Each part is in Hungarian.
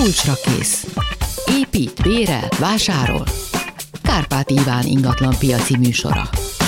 Kulcsra kész. Épít, bérel, vásárol. Kárpát Iván ingatlan piaci műsora.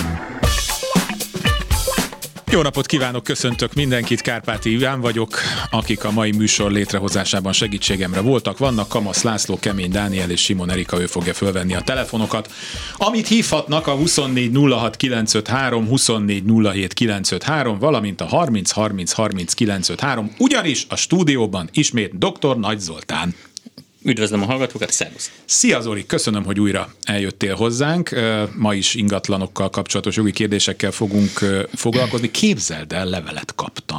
Jó napot kívánok, köszöntök mindenkit, Kárpáti Iván vagyok, akik a mai műsor létrehozásában segítségemre voltak. Vannak Kamasz László, Kemény Dániel és Simon Erika, ő fogja fölvenni a telefonokat, amit hívhatnak a 24 06 953, 24 07 953, valamint a 30 30 30 953, ugyanis a stúdióban ismét Dr. Nagy Zoltán. Üdvözlöm a hallgatókat, szervusz! Szia Zoli, köszönöm, hogy újra eljöttél hozzánk. Ma is ingatlanokkal kapcsolatos jogi kérdésekkel fogunk foglalkozni. Képzeld el, levelet kaptam.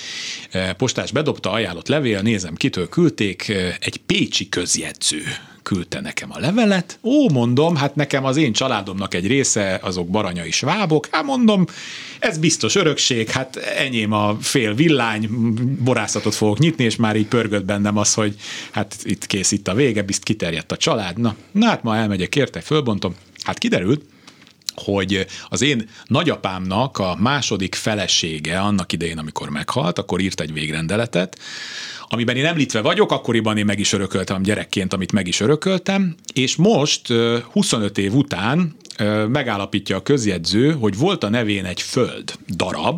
Postás bedobta, ajánlott levél, nézem, kitől küldték, egy pécsi közjegyző küldte nekem a levelet. Ó, mondom, hát nekem az én családomnak egy része, azok baranyai svábok, hát mondom, ez biztos örökség, hát enyém a fél villány, borászatot fogok nyitni, és már így pörgött bennem az, hogy hát itt kész, itt a vége, bizt kiterjedt a család. Na hát ma elmegyek érte, fölbontom. Hát kiderült, hogy az én nagyapámnak a második felesége annak idején, amikor meghalt, akkor írt egy végrendeletet, amiben én említve vagyok, akkoriban én meg is örököltem gyerekként, amit meg is örököltem, és most 25 év után megállapítja a közjegyző, hogy volt a nevén egy föld darab,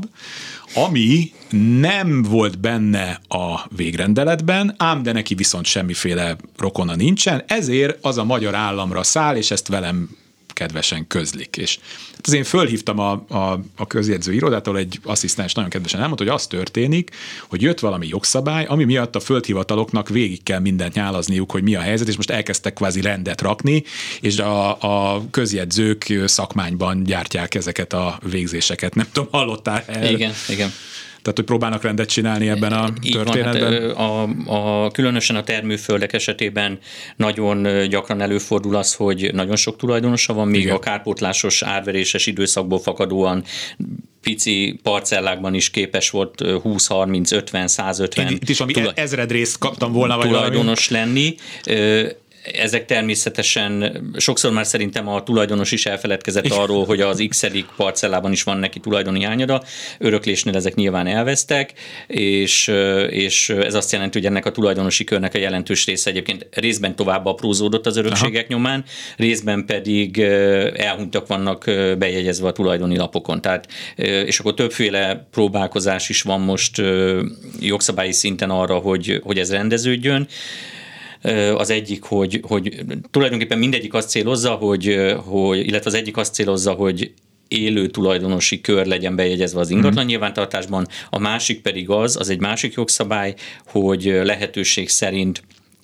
ami nem volt benne a végrendeletben, ám de neki viszont semmiféle rokona nincsen, ezért az a magyar államra száll, és ezt velem kedvesen közlik. És hát én fölhívtam a közjegyző irodától, egy asszisztens nagyon kedvesen elmondta, hogy az történik, hogy jött valami jogszabály, ami miatt a földhivataloknak végig kell mindent nyálazniuk, hogy mi a helyzet, és most elkezdtek kvázi rendet rakni, és a közjegyzők szakmányban gyártják ezeket a végzéseket. Nem tudom, hallottál el? Igen. Tehát, hogy próbálnak rendet csinálni ebben a történetben? Van, hát különösen a termőföldek esetében nagyon gyakran előfordul az, hogy nagyon sok tulajdonosa van, míg a kárpótlásos árveréses időszakból fakadóan pici parcellákban is képes volt 20, 30, 50, 150 itt is, ami ezredrészt kaptam volna, vagy tulajdonos lenni. Ezek természetesen sokszor már szerintem a tulajdonos is elfeledkezett arról, hogy az x-edik parcellában is van neki tulajdoni hányada. Öröklésnél ezek nyilván elvesztek, és ez azt jelenti, hogy ennek a tulajdonosi körnek a jelentős része egyébként részben tovább aprózódott az örökségek nyomán, részben pedig elhunytak vannak bejegyezve a tulajdoni lapokon. Tehát, és akkor többféle próbálkozás is van most jogszabályi szinten arra, hogy ez rendeződjön. Az egyik, hogy tulajdonképpen mindegyik azt célozza, illetve az egyik azt célozza, hogy élő tulajdonosi kör legyen bejegyezve az ingatlan nyilvántartásban, a másik pedig az egy másik jogszabály, hogy lehetőség szerint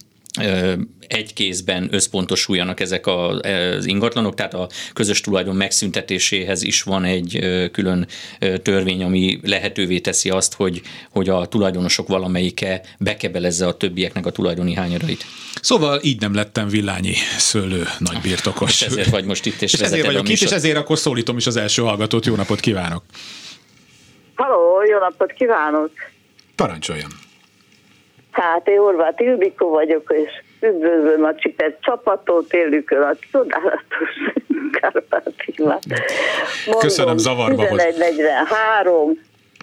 egy kézben összpontosuljanak ezek az ingatlanok, tehát a közös tulajdon megszüntetéséhez is van egy külön törvény, ami lehetővé teszi azt, hogy a tulajdonosok valamelyike bekebelezze a többieknek a tulajdoni hányadait. Szóval így nem lettem villányi szőlő nagybirtokos. És ezért vagy most itt, és ezért vagyok itt, és ezért akkor szólítom is az első hallgatót. Jó napot kívánok! Halló, jó napot kívánok! Parancsoljon! Hát én Horváth Ildikó vagyok, és üdvözlöm a Csipet csapatot, élükön a csodálatos Kárpáti Iván. Köszönöm, zavarba hoz. 11:43.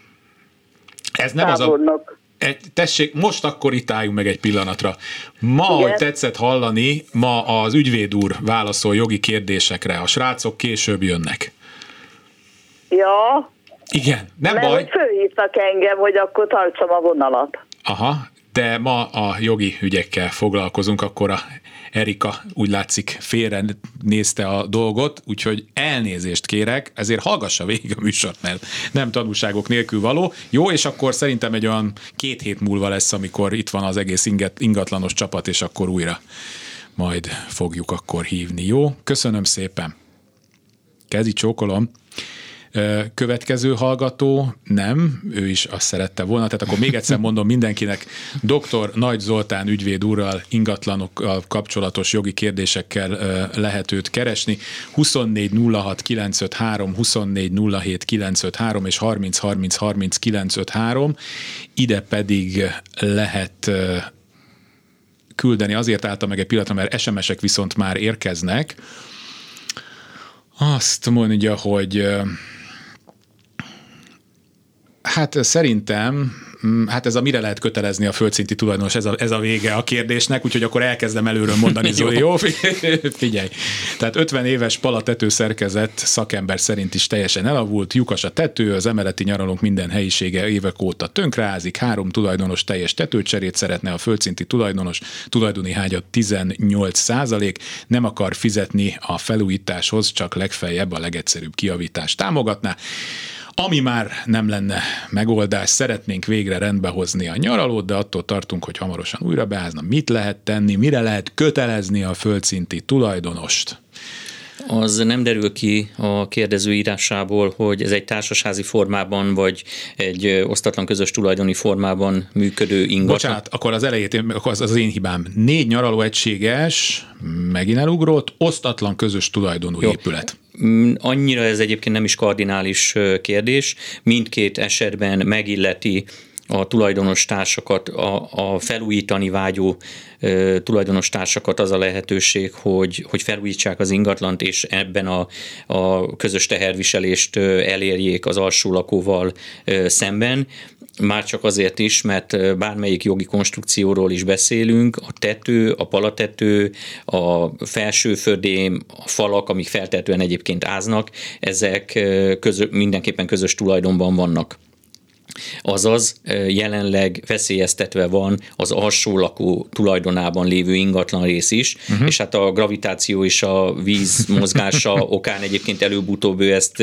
Ez nem tábornok. Tessék, most akkor itt álljunk meg egy pillanatra. Ma, hogy tetszett hallani, ma az ügyvéd úr válaszol jogi kérdésekre, a srácok később jönnek. Ja. Igen, nem mert baj. Fölhívtak engem, hogy akkor tartsam a vonalat. Aha, de ma a jogi ügyekkel foglalkozunk, akkor a Erika úgy látszik félre nézte a dolgot, úgyhogy elnézést kérek, ezért hallgassa végig a műsort, mert nem tanulságok nélkül való. Jó, és akkor szerintem egy olyan 2 hét múlva lesz, amikor itt van az egész ingatlanos csapat, és akkor újra majd fogjuk akkor hívni. Jó? Köszönöm szépen. Kezi csókolom. Következő hallgató nem, ő is azt szerette volna, tehát akkor még egyszer mondom mindenkinek, Dr. Nagy Zoltán ügyvéd úrral ingatlanokkal kapcsolatos jogi kérdésekkel lehet őt keresni. 24 06 953, 24 07 953 és 30 30 30 953, ide pedig lehet küldeni, azért álltam meg egy pillanatra, mert SMS-ek viszont már érkeznek. Azt mondja, hogy hát szerintem hát ez a mire lehet kötelezni a földszinti tulajdonos, ez a vége a kérdésnek, úgyhogy akkor elkezdem előről mondani, Zoli. Jó, figyelj. Tehát 50 éves palatető szerkezet szakember szerint is teljesen elavult, lyukas a tető, az emeleti nyaralónk minden helyisége évek óta tönkreázik, 3 tulajdonos teljes tetőcserét szeretne, a földszinti tulajdoni hágyat 18%, nem akar fizetni a felújításhoz, csak legfeljebb a legegyszerűbb kijavítást támogatná. Ami már nem lenne megoldás, szeretnénk végre rendbe hozni a nyaralót, de attól tartunk, hogy hamarosan újra beázna. Mit lehet tenni, mire lehet kötelezni a földszinti tulajdonost? Az nem derül ki a kérdező írásából, hogy ez egy társasházi formában, vagy egy osztatlan közös tulajdoni formában működő ingatlan. Bocsánat, akkor az elejét, az én hibám. 4 nyaralóegységes, megint elugrott, osztatlan közös tulajdonú épület. Annyira ez egyébként nem is kardinális kérdés. Mindkét esetben megilleti a tulajdonos társakat, a felújítani vágyó tulajdonos társakat az a lehetőség, hogy felújítsák az ingatlant, és ebben a közös teherviselést elérjék az alsó lakóval szemben. Már csak azért is, mert bármelyik jogi konstrukcióról is beszélünk, a tető, a palatető, a felső födém, a falak, amik feltetően egyébként áznak, ezek mindenképpen közös tulajdonban vannak. Azaz jelenleg veszélyeztetve van az alsó lakó tulajdonában lévő ingatlan rész is, és hát a gravitáció és a víz mozgása okán egyébként előbb-utóbb ő ezt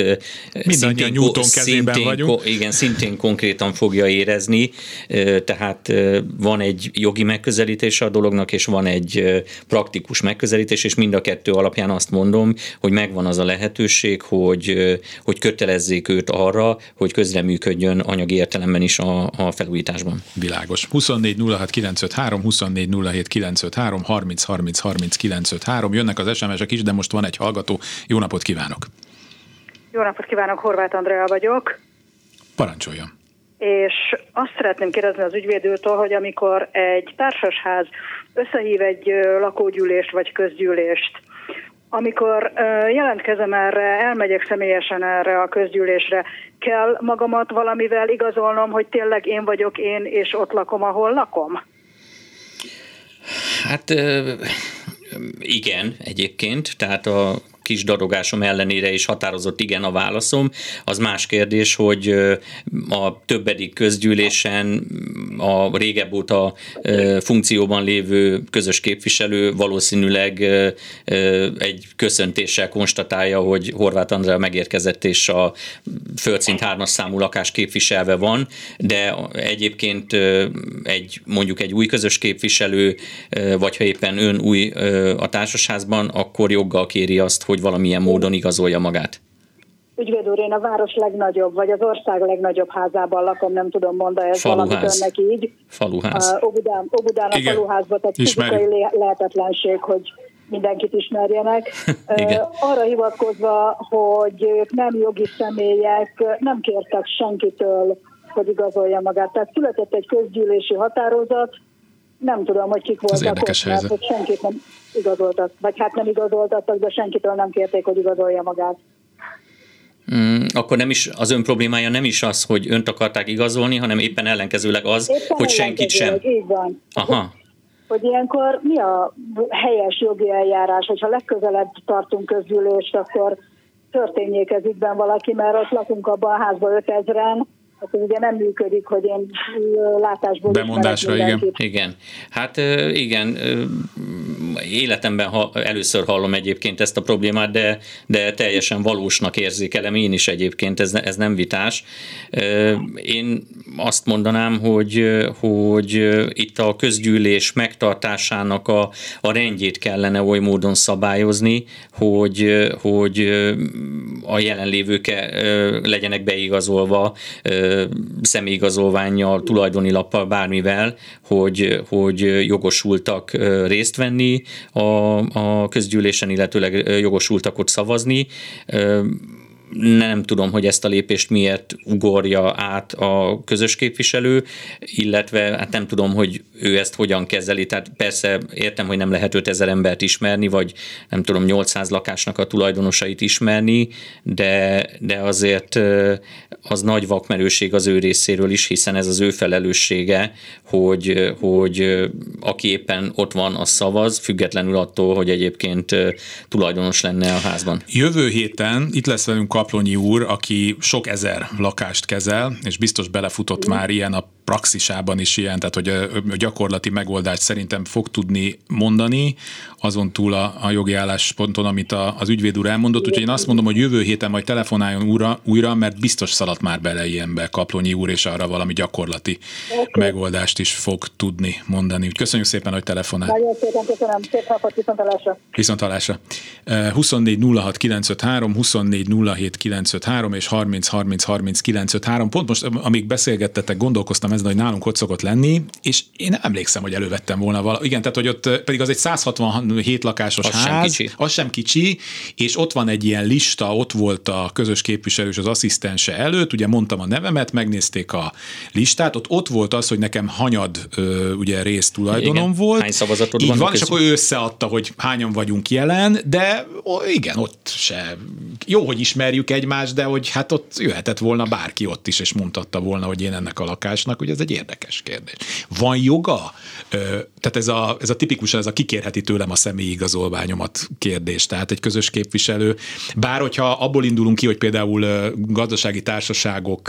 szintén konkrétan fogja érezni, tehát van egy jogi megközelítése a dolognak, és van egy praktikus megközelítés, és mind a kettő alapján azt mondom, hogy megvan az a lehetőség, hogy kötelezzék őt arra, hogy közreműködjön anyagi értelemben is a felújításban. Világos. 24 06 953, 24 07 953, 30 30 30 953. Jönnek az SMS-ek is, de most van egy hallgató. Jó napot kívánok! Jó napot kívánok, Horváth Andrea vagyok. Parancsoljon! És azt szeretném kérdezni az ügyvédőtől, hogy amikor egy társasház összehív egy lakógyűlést vagy közgyűlést, amikor jelentkezem erre, elmegyek személyesen erre a közgyűlésre, kell magamat valamivel igazolnom, hogy tényleg én vagyok én, és ott lakom, ahol lakom? Hát igen, egyébként, tehát a kis darogásom ellenére is határozott igen a válaszom. Az más kérdés, hogy a többedik közgyűlésen a régebb óta funkcióban lévő közös képviselő valószínűleg egy köszöntéssel konstatálja, hogy Horváth Andrea megérkezett és a földszint 3-as számú lakás képviselve van, de egyébként mondjuk egy új közös képviselő, vagy ha éppen ön új a társasházban, akkor joggal kéri azt, hogy valamilyen módon igazolja magát. Ügyvéd úr, én a város legnagyobb, vagy az ország legnagyobb házában lakom, nem tudom mondani, ez valamit önnek így. Faluház. Óbudán a faluházban, tehát fizikai lehetetlenség, hogy mindenkit ismerjenek. Arra hivatkozva, hogy ők nem jogi személyek, nem kértek senkitől, hogy igazolja magát. Tehát született egy közgyűlési határozat, nem tudom, hogy kik voltak ott, mert hogy senkit nem igazoltak, vagy hát nem igazoltattak, de senkitől nem kérték, hogy igazolja magát. Akkor nem is, az ön problémája nem is az, hogy önt akarták igazolni, hanem éppen ellenkezőleg az, hogy senkit sem. Így van. Aha. Hogy ilyenkor mi a helyes jogi eljárás, hogyha legközelebb tartunk közgyűlést, akkor történjék ez ügyben valaki, mert ott lakunk abban a házban 5000-en, hát ez ugye nem működik, hogy én látásból bemondásra, igen. Hát igen, életemben először hallom egyébként ezt a problémát, de teljesen valósnak érzékelem én is egyébként, ez nem vitás. Én azt mondanám, hogy itt a közgyűlés megtartásának a rendjét kellene oly módon szabályozni, hogy a jelenlévők legyenek beigazolva személyigazolvánnyal, tulajdoni lappal, bármivel, hogy jogosultak részt venni a közgyűlésen, illetőleg jogosultak ott szavazni. Nem tudom, hogy ezt a lépést miért ugorja át a közös képviselő, illetve hát nem tudom, hogy ő ezt hogyan kezeli. Tehát persze értem, hogy nem lehet 5000 embert ismerni, vagy nem tudom, 800 lakásnak a tulajdonosait ismerni, de azért az nagy vakmerőség az ő részéről is, hiszen ez az ő felelőssége, hogy aki éppen ott van, az szavaz, függetlenül attól, hogy egyébként tulajdonos lenne a házban. Jövő héten itt lesz velünk Kaplonyi úr, aki sok ezer lakást kezel, és biztos belefutott már ilyen a praxisában is ilyen, tehát hogy a gyakorlati megoldást szerintem fog tudni mondani, azon túl a jogi állásponton, amit az ügyvéd úr elmondott, úgyhogy én azt mondom, hogy jövő héten majd telefonáljon újra, mert biztos szaladt már bele ilyenbe Kaplonyi úr, és arra valami gyakorlati megoldást is fog tudni mondani. Úgy köszönjük szépen, hogy telefonál. Nagyon szépen köszönöm, szép napot, viszonthallásra. Viszonthallásra. 24 06 953, 24 07 953 és 30 30 30 953. Pont most, amíg beszélgettetek, gondolkoztam ezen, hogy nálunk ott szokott lenni, és én nem emlékszem, hogy elővettem volna igen, tehát hogy ott pedig az egy 167 lakásos ház, az sem kicsi, és ott van egy ilyen lista, ott volt a közös képviselő és az asszisztense előtt, ugye mondtam a nevemet, megnézték a listát, ott volt az, hogy nekem hanyad ugye résztulajdonom volt. Hány szavazatod így van, és akkor ő összeadta, hogy hányan vagyunk jelen, de igen, ott se. Jó, hogy ismerjük egymást, de hogy hát ott jöhetett volna bárki ott is, és mondhatta volna, hogy én ennek a lakásnak, hogy ez egy érdekes kérdés. Van joga? Tehát ez a tipikusan ez a kikérheti tőlem a személyi igazolványomat kérdés. Tehát egy közös képviselő, bár hogyha abból indulunk ki, hogy például gazdasági társaságok,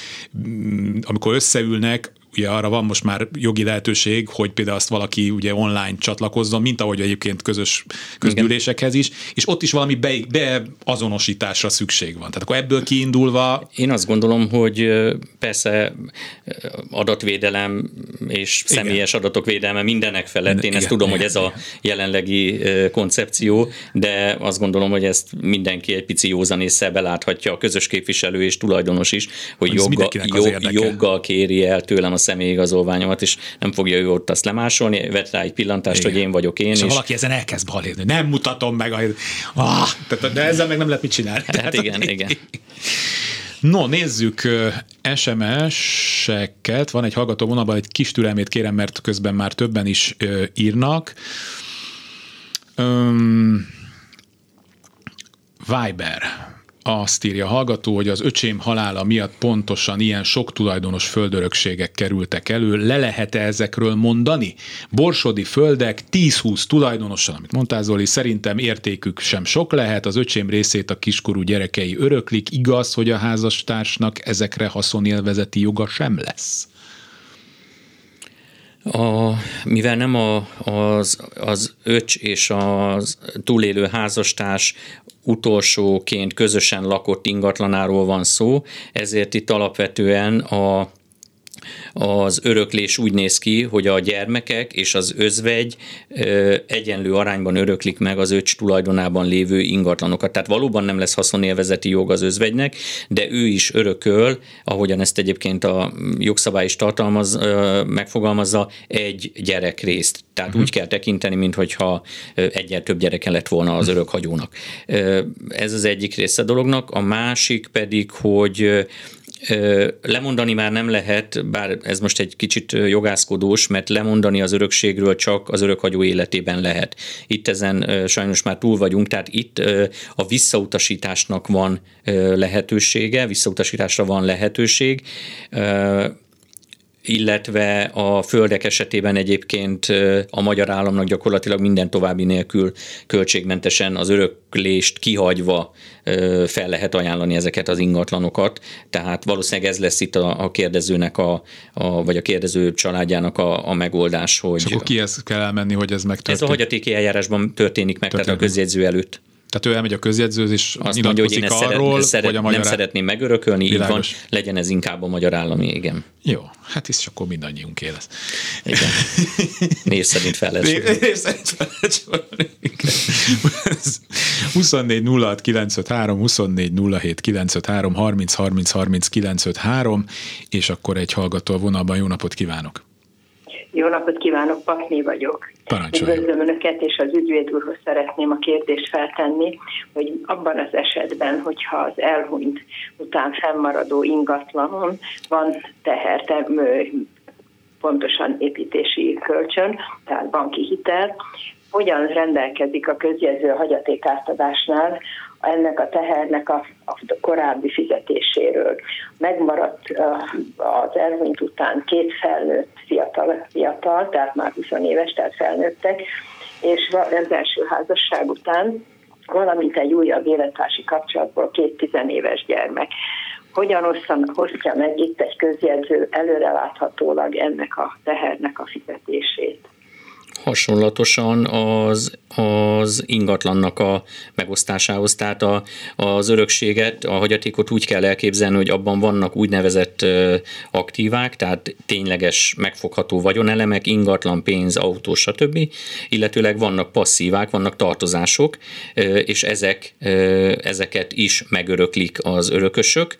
amikor összeülnek, ugye arra van most már jogi lehetőség, hogy például azt valaki ugye online csatlakozzon, mint ahogy egyébként közös közgyűlésekhez is, és ott is valami beazonosításra szükség van. Tehát akkor ebből kiindulva... Én azt gondolom, hogy persze adatvédelem és személyes adatok védelme mindenek felett. Én ezt tudom, hogy ez a jelenlegi koncepció, de azt gondolom, hogy ezt mindenki egy pici józanésszel beláthatja, a közös képviselő és tulajdonos is, hogy joggal kéri el tőlem a személyigazolványomat, és nem fogja ő ott azt lemásolni, vett rá egy pillantást, hogy én vagyok én. És valaki ezen elkezd balhézni, nem mutatom meg, de ezzel meg nem lehet mit csinálni. Tehát igen. No, nézzük SMS-eket. Van egy hallgató vonalban, egy kis türelmét kérem, mert közben már többen is írnak. Viber. Azt írja a hallgató, hogy az öcsém halála miatt pontosan ilyen sok tulajdonos földörökségek kerültek elő. Le lehet-e ezekről mondani? Borsodi földek 10-20 tulajdonosan, amit mondtál, Zoli, szerintem értékük sem sok lehet, az öcsém részét a kiskorú gyerekei öröklik. Igaz, hogy a házastársnak ezekre haszonélvezeti joga sem lesz? Mivel nem az öcs és az túlélő házastárs utolsóként közösen lakott ingatlanáról van szó, ezért itt alapvetően az öröklés úgy néz ki, hogy a gyermekek és az özvegy egyenlő arányban öröklik meg az öcs tulajdonában lévő ingatlanokat. Tehát valóban nem lesz haszonélvezeti jog az özvegynek, de ő is örököl, ahogyan ezt egyébként a jogszabály is megfogalmazza, egy gyerekrészt. Tehát úgy kell tekinteni, minthogyha egyel több gyereke lett volna az örökhagyónak. Ez az egyik része a dolognak. A másik pedig, hogy lemondani már nem lehet, bár ez most egy kicsit jogászkodós, mert lemondani az örökségről csak az örökhagyó életében lehet. Itt ezen sajnos már túl vagyunk, tehát itt a visszautasításnak van lehetősége, visszautasításra van lehetőség, illetve a földek esetében egyébként a magyar államnak gyakorlatilag minden további nélkül költségmentesen az öröklést kihagyva fel lehet ajánlani ezeket az ingatlanokat, tehát valószínűleg ez lesz itt a kérdezőnek vagy a kérdező családjának a megoldás. Hogy és akkor kihez kell elmenni, hogy ez megtörténik? Ez a hagyatéki eljárásban történik meg, tehát a közjegyző előtt. Tehát ő elmegy a közjegyzőhöz, és azt mondja, hogy én nem szeretném megörökölni, világos. Így van, legyen ez inkább a magyar állami, igen. Jó, hát és akkor mindannyiunké lesz. Igen. Név szerint fel lesz. Név szerint fel lesz. 24 06 953, 24 07 953, 30 30 30 953, és akkor egy hallgató vonalban. Jó napot kívánok! Jó napot kívánok, Pakné vagyok. Üdvözlöm Önöket, és az ügyvéd úrhoz szeretném a kérdést feltenni, hogy abban az esetben, hogyha az elhunyt után fennmaradó ingatlanon van pontosan építési kölcsön, tehát banki hitel, hogyan rendelkezik a közjegyző hagyatékátadásnál ennek a tehernek a korábbi fizetéséről. Megmaradt az elhunyt után 2 felnőtt fiatal, tehát már 20 éves, tehát felnőttek, és az első házasság után, valamint egy újabb élettársi kapcsolatból 2 10 gyermek. Hogyan osztja meg itt egy közjegyző előreláthatólag ennek a tehernek a fizetését? Hasonlatosan az ingatlannak a megosztásához, tehát az örökséget, a hagyatékot úgy kell elképzelni, hogy abban vannak úgynevezett aktívák, tehát tényleges megfogható vagyonelemek, ingatlan, pénz, autó, stb. Illetőleg vannak passzívák, vannak tartozások, és ezeket is megöröklik az örökösök,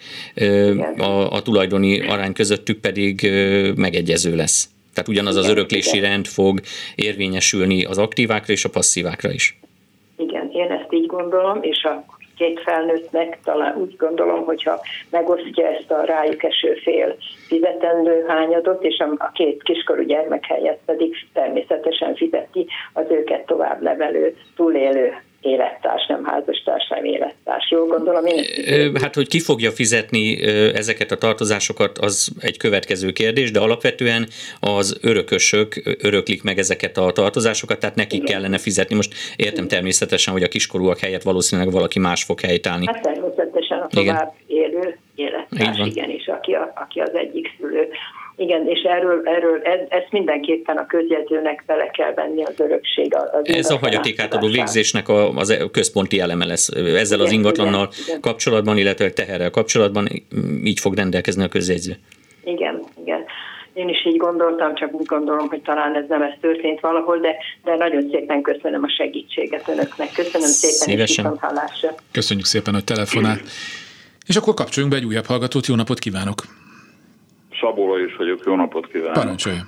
a tulajdoni arány közöttük pedig megegyező lesz. Tehát ugyanaz az öröklési rend fog érvényesülni az aktívákra és a passzívákra is. Igen, én ezt így gondolom, és a 2 felnőttnek talán úgy gondolom, hogyha megosztja ezt a rájuk eső fél fizetendő hányadot, és a 2 kiskorú gyermek helyett pedig természetesen fizeti az őket tovább nevelő, túlélő élettárs, nem házastárs, nem élettárs. Jól gondolom én? Hát, hogy ki fogja fizetni ezeket a tartozásokat, az egy következő kérdés, de alapvetően az örökösök öröklik meg ezeket a tartozásokat, tehát nekik kellene fizetni. Most értem természetesen, hogy a kiskorúak helyett valószínűleg valaki más fog helytállni. Hát természetesen a tovább élő élettárs, igenis, aki az egyik szülő. Igen, és erről ezt mindenképpen a közjegyzőnek bele kell venni az örökség. Ez a hagyatékátadó végzésnek a központi eleme lesz. Ezzel az ingatlannal kapcsolatban, illetve teherrel kapcsolatban így fog rendelkezni a közjegyző. Igen. Én is így gondoltam, csak úgy gondolom, hogy talán ez nem történt valahol, de nagyon szépen köszönöm a segítséget Önöknek. Köszönöm szépen, és viszonthallásra. Köszönjük szépen, hogy telefonált. És akkor kapcsoljunk be egy újabb hallgatót. Jó napot kívánok! Szabó Lajos vagyok, jó napot kívánok! Parancsolja!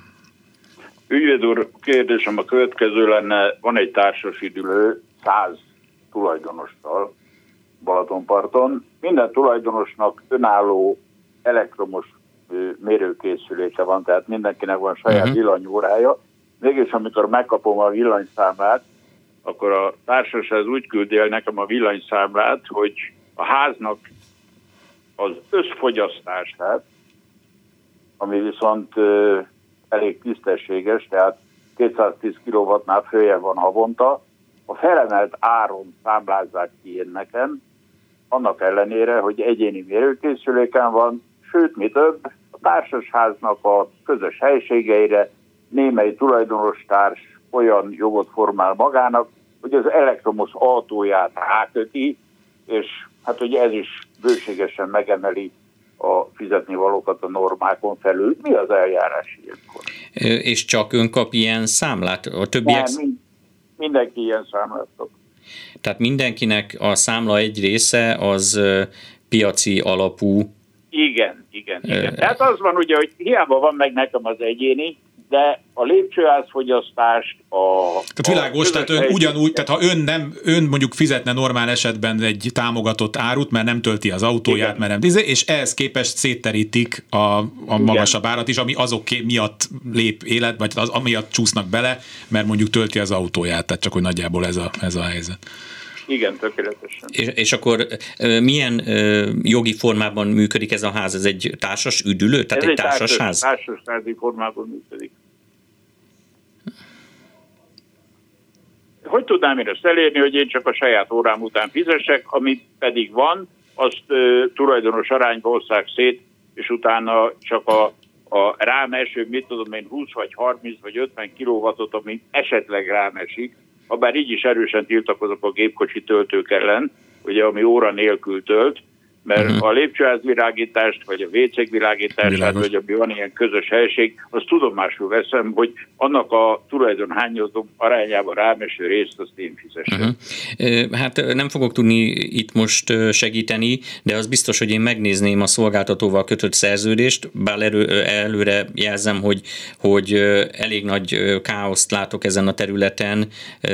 Ügyvéd úr, kérdésem a következő lenne, van egy társas üdülő 100 tulajdonossal Balatonparton. Minden tulajdonosnak önálló elektromos mérőkészüléke van, tehát mindenkinek van saját villanyórája. Mégis amikor megkapom a villanyszámlát, akkor a társasház úgy küldi el nekem a villanyszámlát, hogy a háznak az összfogyasztását, ami viszont elég tisztességes, tehát 210 kW-nál följebb van havonta, a felemelt áron számlázzák ki én nekem, annak ellenére, hogy egyéni mérőkészüléken van, sőt, mi több, a társasháznak a közös helységeire némely tulajdonostárs olyan jogot formál magának, hogy az elektromos autóját ráköti, és hát ugye ez is bőségesen megemeli a fizetni valókat a normákon felül. Mi az eljárás ilyenkor? És csak ön kap ilyen számlát? A többiek... Nem, mindenki ilyen számlát kap. Tehát mindenkinek a számla egy része az piaci alapú. Igen. Tehát az van ugye, hogy hiába van meg nekem az egyéni, de a lépcsőházfogyasztást, tehát világos, tehát ön ugyanúgy, tehát ha ön mondjuk fizetne normál esetben egy támogatott árut, mert nem tölti az autóját, mert nem, és ehhez képest szétterítik a magasabb árat is, ami azok miatt lép élet, vagy az amiatt csúsznak bele, mert mondjuk tölti az autóját, tehát csak hogy nagyjából ez a helyzet. Igen, tökéletesen. És akkor milyen jogi formában működik ez a ház? Ez egy társas üdülő? Tehát egy társasház? Társasházi formában működik. Hogy tudnám én ezt elérni, hogy én csak a saját órám után fizessek, amit pedig van, azt tulajdonos arányba osszák szét, és utána csak a rám eső, mit tudom én, 20 vagy 30 vagy 50 kilowattot, ami esetleg rám esik, habár így is erősen tiltakozok a gépkocsi töltők ellen, ugye, ami óra nélkül tölt, Mert a lépcsőházvilágítást, vagy a WC-k világítását, vagy ami van ilyen közös helység, azt tudomásul veszem, hogy annak a tulajdonhányozó arányában rámeső részt azt én fizessem. Hát nem fogok tudni itt most segíteni, de az biztos, hogy én megnézném a szolgáltatóval kötött szerződést, bár előre jelzem, hogy elég nagy káoszt látok ezen a területen,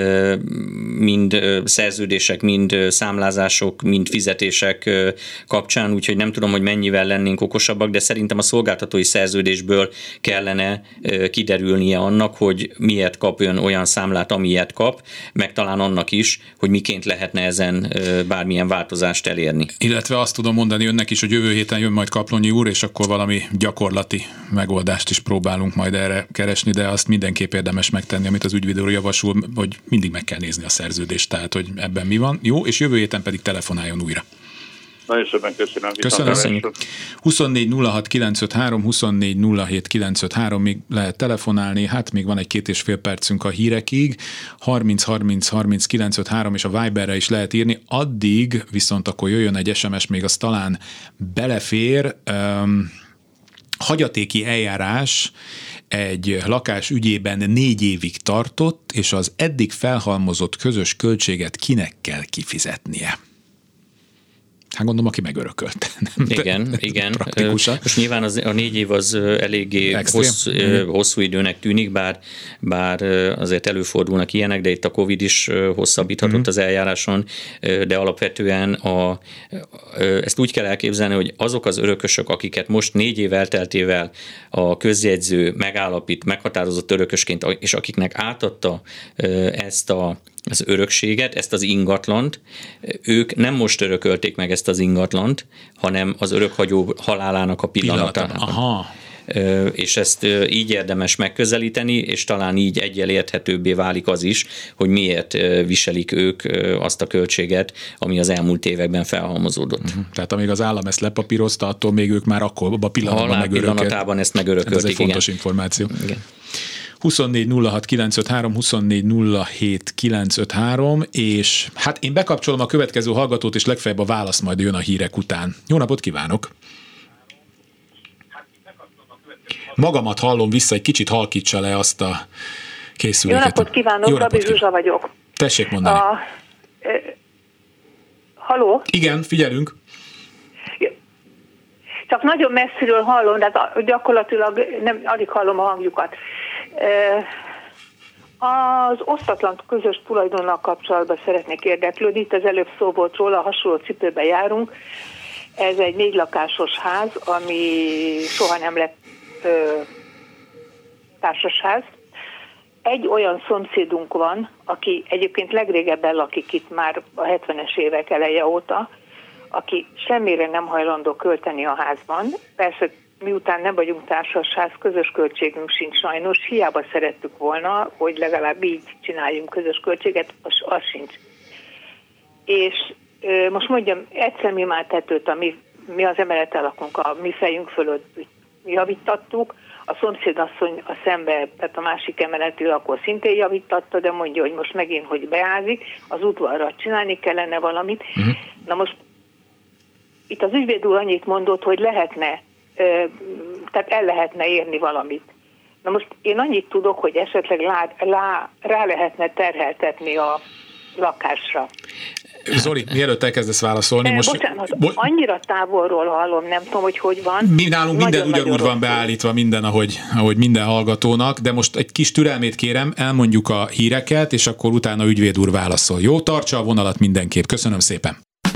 mind szerződések, mind számlázások, mind fizetések kapcsán, úgyhogy nem tudom, hogy mennyivel lennénk okosabbak, de szerintem a szolgáltatói szerződésből kellene kiderülnie annak, hogy miért kap olyan számlát, amilyet kap, meg talán annak is, hogy miként lehetne ezen bármilyen változást elérni. Illetve azt tudom mondani önnek is, hogy jövő héten jön majd Kaplonyi úr, és akkor valami gyakorlati megoldást is próbálunk majd erre keresni, de azt mindenképp érdemes megtenni, amit az ügyvéd úr javasol, hogy mindig meg kell nézni a szerződést, tehát hogy ebben mi van. Jó, és jövő héten pedig telefonáljon újra. Nagyon szépen köszönöm. Köszönjük. 24 06 953, 24 07 953, még lehet telefonálni, hát még van egy 2,5 percünk a hírekig, 30 30 30 953, és a Viberre is lehet írni, addig viszont akkor jöjjön egy SMS, még az talán belefér, hagyatéki eljárás egy lakás ügyében 4 évig tartott, és az eddig felhalmozott közös költséget kinek kell kifizetnie? Hát gondolom, aki megörökölte. Igen. Most nyilván a 4 év az eléggé hosszú időnek tűnik, bár azért előfordulnak ilyenek, de itt a Covid is hosszabbíthatott az eljáráson, de alapvetően ezt úgy kell elképzelni, hogy azok az örökösök, akiket most 4 év elteltével a közjegyző meghatározott örökösként, és akiknek átadta ezt az örökséget, ezt az ingatlant, ők nem most örökölték meg ezt az ingatlant, hanem az örökhagyó halálának a pillanatában. Aha. És ezt így érdemes megközelíteni, és talán így egyel érthetőbbé válik az is, hogy miért viselik ők azt a költséget, ami az elmúlt években felhalmozódott. Tehát amíg az állam ezt lepapírozta, attól még ők már akkor a pillanatban pillanatában ezt megörökölték. Ez egy fontos információ. Igen. 24 06 953, 24 07 953, és hát én bekapcsolom a következő hallgatót, és legfeljebb a válasz majd jön a hírek után. Jó napot kívánok! Magamat hallom vissza, egy kicsit halkítsa le azt a készüléket. Jó napot kívánok, Gabi Zsuzsa vagyok. Tessék mondani. Halló? Igen, figyelünk. Csak nagyon messziről hallom, de gyakorlatilag alig hallom a hangjukat. Az osztatlan közös tulajdonnal kapcsolatban szeretnék érdeklődni. Itt az előbb szó volt róla, hasonló cipőben járunk. Ez egy 4 lakásos ház, ami soha nem lett társasház. Egy olyan szomszédunk van, aki egyébként legrégebben lakik itt már a 70-es évek eleje óta, aki semmire nem hajlandó költeni a házban. Persze miután nem vagyunk társasház, közös költségünk sincs sajnos, hiába szerettük volna, hogy legalább így csináljunk közös költséget, az sincs. És most mondjam, egyszer mi már tetőt, mi az emeleten lakunk, a mi fejünk fölött javítattuk, a szomszédasszony a szembe, tehát a másik emeleti lakó szintén javítatta, de mondja, hogy most megint, hogy beázik, az udvarra csinálni kellene valamit. Na most itt az ügyvéd úr annyit mondott, hogy lehetne, tehát el lehetne érni valamit. Na most én annyit tudok, hogy esetleg rá lehetne terheltetni a lakásra. Zoli, mielőtt elkezdesz válaszolni. Bocsánat, annyira távolról hallom, nem tudom, hogy van. Mi nálunk minden ugyanúgy van beállítva, minden, ahogy minden hallgatónak, de most egy kis türelmét kérem, elmondjuk a híreket, és akkor utána ügyvéd úr válaszol. Jó, tartsa a vonalat mindenképp. Köszönöm szépen.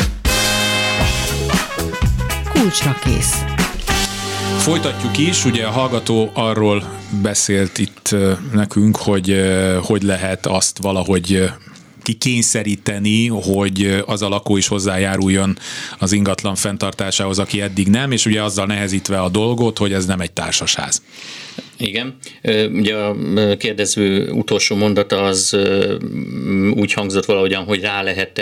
Kulcsra kész. Folytatjuk is, ugye a hallgató arról beszélt itt nekünk, hogy lehet azt valahogy kikényszeríteni, hogy az a lakó is hozzájáruljon az ingatlan fenntartásához, aki eddig nem, és ugye azzal nehezítve a dolgot, hogy ez nem egy társasház. Igen. Ugye a kérdező utolsó mondata az úgy hangzott valahogyan, hogy rá lehet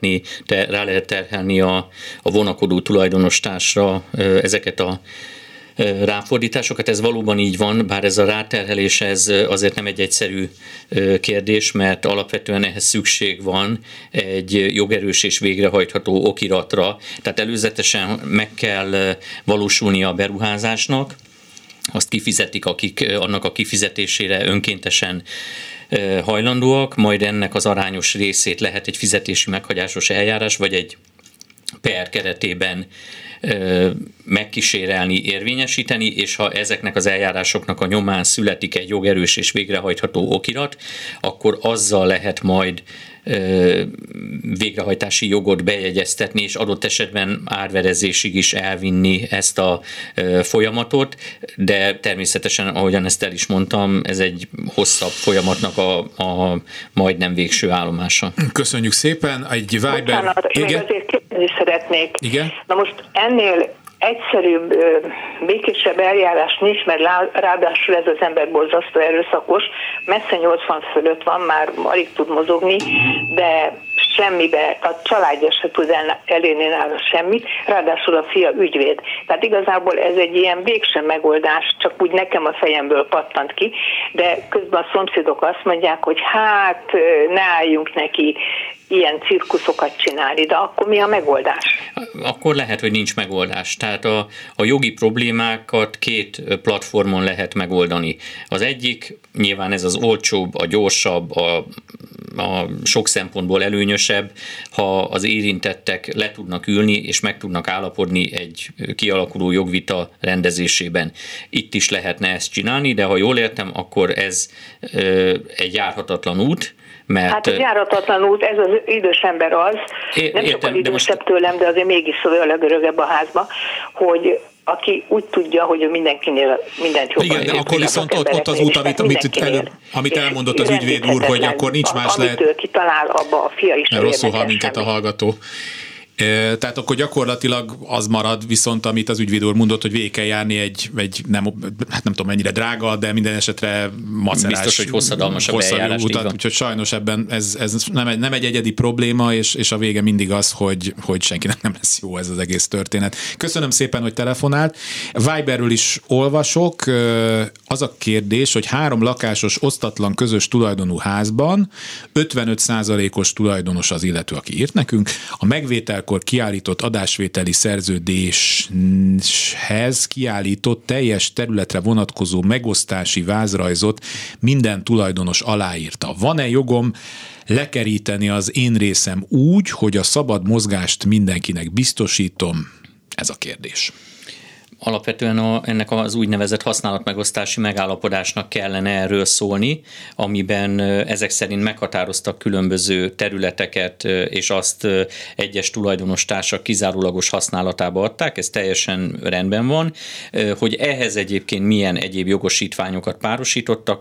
terhelni a vonakodó tulajdonostársra ezeket a ráfordításokat. Ez valóban így van, bár ez a ráterhelés ez azért nem egy egyszerű kérdés, mert alapvetően ehhez szükség van egy jogerős és végrehajtható okiratra. Tehát előzetesen meg kell valósulnia a beruházásnak, azt kifizetik, akik annak a kifizetésére önkéntesen hajlandóak, majd ennek az arányos részét lehet egy fizetési meghagyásos eljárás, vagy egy per keretében megkísérelni, érvényesíteni, és ha ezeknek az eljárásoknak a nyomán születik egy jogerős és végrehajtható okirat, akkor azzal lehet majd végrehajtási jogot bejegyeztetni, és adott esetben árverezésig is elvinni ezt a folyamatot, de természetesen, ahogyan ezt el is mondtam, ez egy hosszabb folyamatnak a majdnem végső állomása. Köszönjük szépen. Egy Viber... Bocsánat, én azért kérdezni szeretnék. Igen? Na most ennél egyszerűbb, békésebb eljárás nincs, mert ráadásul ez az ember borzasztó erőszakos, messze 80 fölött van, már alig tud mozogni, de semmibe, a családja se tud elérni nála semmit, ráadásul a fia ügyvéd. Tehát igazából ez egy ilyen végsem megoldás, csak úgy nekem a fejemből pattant ki, de közben a szomszédok azt mondják, hogy hát ne álljunk neki ilyen cirkuszokat csinálni, de akkor mi a megoldás? Akkor lehet, hogy nincs megoldás. Tehát a jogi problémákat két platformon lehet megoldani. Az egyik, nyilván ez az olcsóbb, a gyorsabb, a sok szempontból előnyösebb, ha az érintettek le tudnak ülni és meg tudnak állapodni egy kialakuló jogvita rendezésében. Itt is lehetne ezt csinálni, de ha jól értem, akkor ez egy járhatatlan út, mert... Hát egy járatatlan út, ez az idős ember az, nem sokkal idősebb tőlem, de azért mégis szóval legörögebb a házba, hogy aki úgy tudja, hogy ő mindenkinél mindent jobban. Igen, de akkor viszont ott az út, amit elmondott az ügyvéd úr, hogy akkor nincs más lehet. Amit kitalál, abba a fia is. Rosszul hall minket a hallgató. Tehát akkor gyakorlatilag az marad, viszont amit az ügyvéd úr mondott, hogy végig kell járni egy nem tudom mennyire drága, de minden esetre macerás. Biztos, hogy hosszadalmasabb eljárás. Úgyhogy sajnos ebben ez nem egy egyedi probléma, és a vége mindig az, hogy senkinek nem lesz jó ez az egész történet. Köszönöm szépen, hogy telefonált. Viberről is olvasok. Az a kérdés, hogy 3 lakásos osztatlan közös tulajdonú házban 55%-os tulajdonos az illető, aki írt nekünk. A megvételkor kiállított adásvételi szerződéshez kiállított teljes területre vonatkozó megosztási vázrajzot minden tulajdonos aláírta. Van-e jogom lekeríteni az én részem úgy, hogy a szabad mozgást mindenkinek biztosítom? Ez a kérdés. Alapvetően ennek az úgynevezett használatmegosztási megállapodásnak kellene erről szólni, amiben ezek szerint meghatároztak különböző területeket, és azt egyes tulajdonos társak kizárólagos használatába adták, ez teljesen rendben van. Hogy ehhez egyébként milyen egyéb jogosítványokat párosítottak,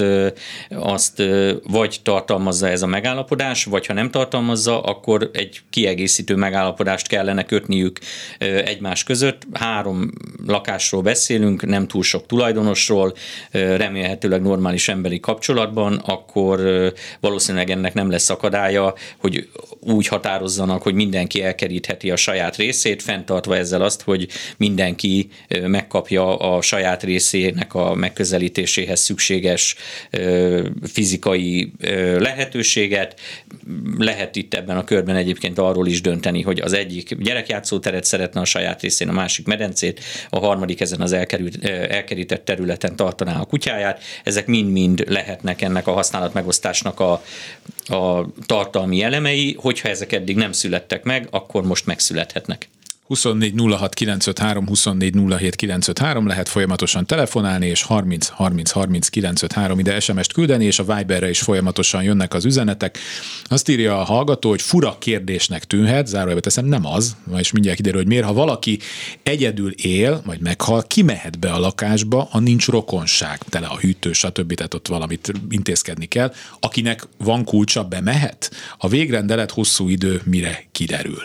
azt vagy tartalmazza ez a megállapodás, vagy ha nem tartalmazza, akkor egy kiegészítő megállapodást kellene kötniük egymás között. 3 lakásról beszélünk, nem túl sok tulajdonosról, remélhetőleg normális emberi kapcsolatban, akkor valószínűleg ennek nem lesz akadálya, hogy úgy határozzanak, hogy mindenki elkerítheti a saját részét, fenntartva ezzel azt, hogy mindenki megkapja a saját részének a megközelítéséhez szükséges fizikai lehetőséget. Lehet itt ebben a körben egyébként arról is dönteni, hogy az egyik gyerekjátszóteret szeretne a saját részén, a másik medencét, a harmadik ezen az elkerített területen tartaná a kutyáját. Ezek mind-mind lehetnek ennek a használatmegosztásnak a tartalmi elemei, hogyha ezek eddig nem születtek meg, akkor most megszülethetnek. 24 06 953, 24 07 953 lehet folyamatosan telefonálni, és 30 30 30 953 ide SMS-t küldeni, és a Viberre is folyamatosan jönnek az üzenetek. Azt írja a hallgató, hogy fura kérdésnek tűnhet, zárójelbe teszem, nem az, és mindjárt kiderül, hogy miért, ha valaki egyedül él, vagy meghal, kimehet be a lakásba, a nincs rokonság, tele a hűtő, stb., tehát ott valamit intézkedni kell. Akinek van kulcsa, bemehet? A végrendelet hosszú idő mire kiderül?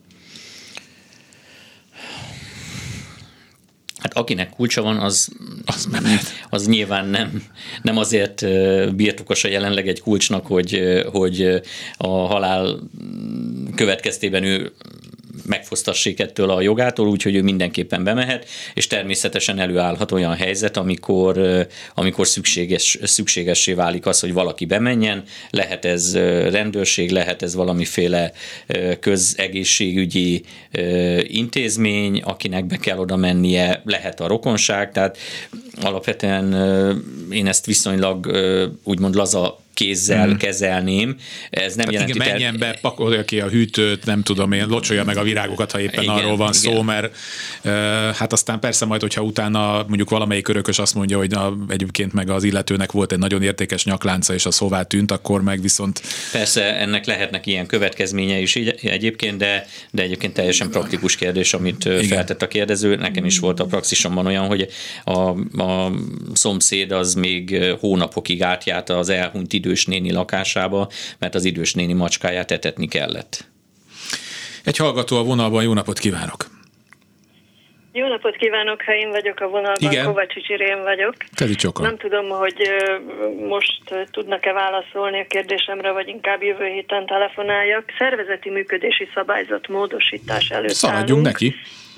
Hát akinek kulcsa van, az nyilván nem azért birtokosa jelenleg egy kulcsnak, hogy a halál következtében ő megfosztassék ettől a jogától, úgyhogy ő mindenképpen bemehet, és természetesen előállhat olyan helyzet, amikor szükségessé válik az, hogy valaki bemenjen, lehet ez rendőrség, lehet ez valamiféle közegészségügyi intézmény, akinek be kell oda mennie, lehet a rokonság, tehát alapvetően én ezt viszonylag úgymond laza kézzel kezelném. Ez nem jelenti... Igen, menjen be, pakolja ki a hűtőt, nem tudom én, locsolja meg a virágokat, ha éppen arról van szó, mert hát aztán persze majd, hogyha utána mondjuk valamelyik örökös azt mondja, hogy egyébként meg az illetőnek volt egy nagyon értékes nyaklánca, és az hová tűnt, akkor meg viszont... Persze ennek lehetnek ilyen következménye is egyébként, de egyébként teljesen praktikus kérdés, amit feltett a kérdező. Nekem is volt a praxisomban olyan, hogy a szomszéd az még hónapokig átjárt az elhunyt idős néni lakásába, mert az idős néni macskáját etetni kellett. Egy hallgató a vonalban, jó napot kívánok! Jó napot kívánok, ha én vagyok a vonalban, igen. Kovácsi Irén vagyok. Nem tudom, hogy most tudnak-e válaszolni a kérdésemre, vagy inkább jövő héten telefonáljak. Szervezeti működési szabályzat módosítás előtt szaladjunk neki.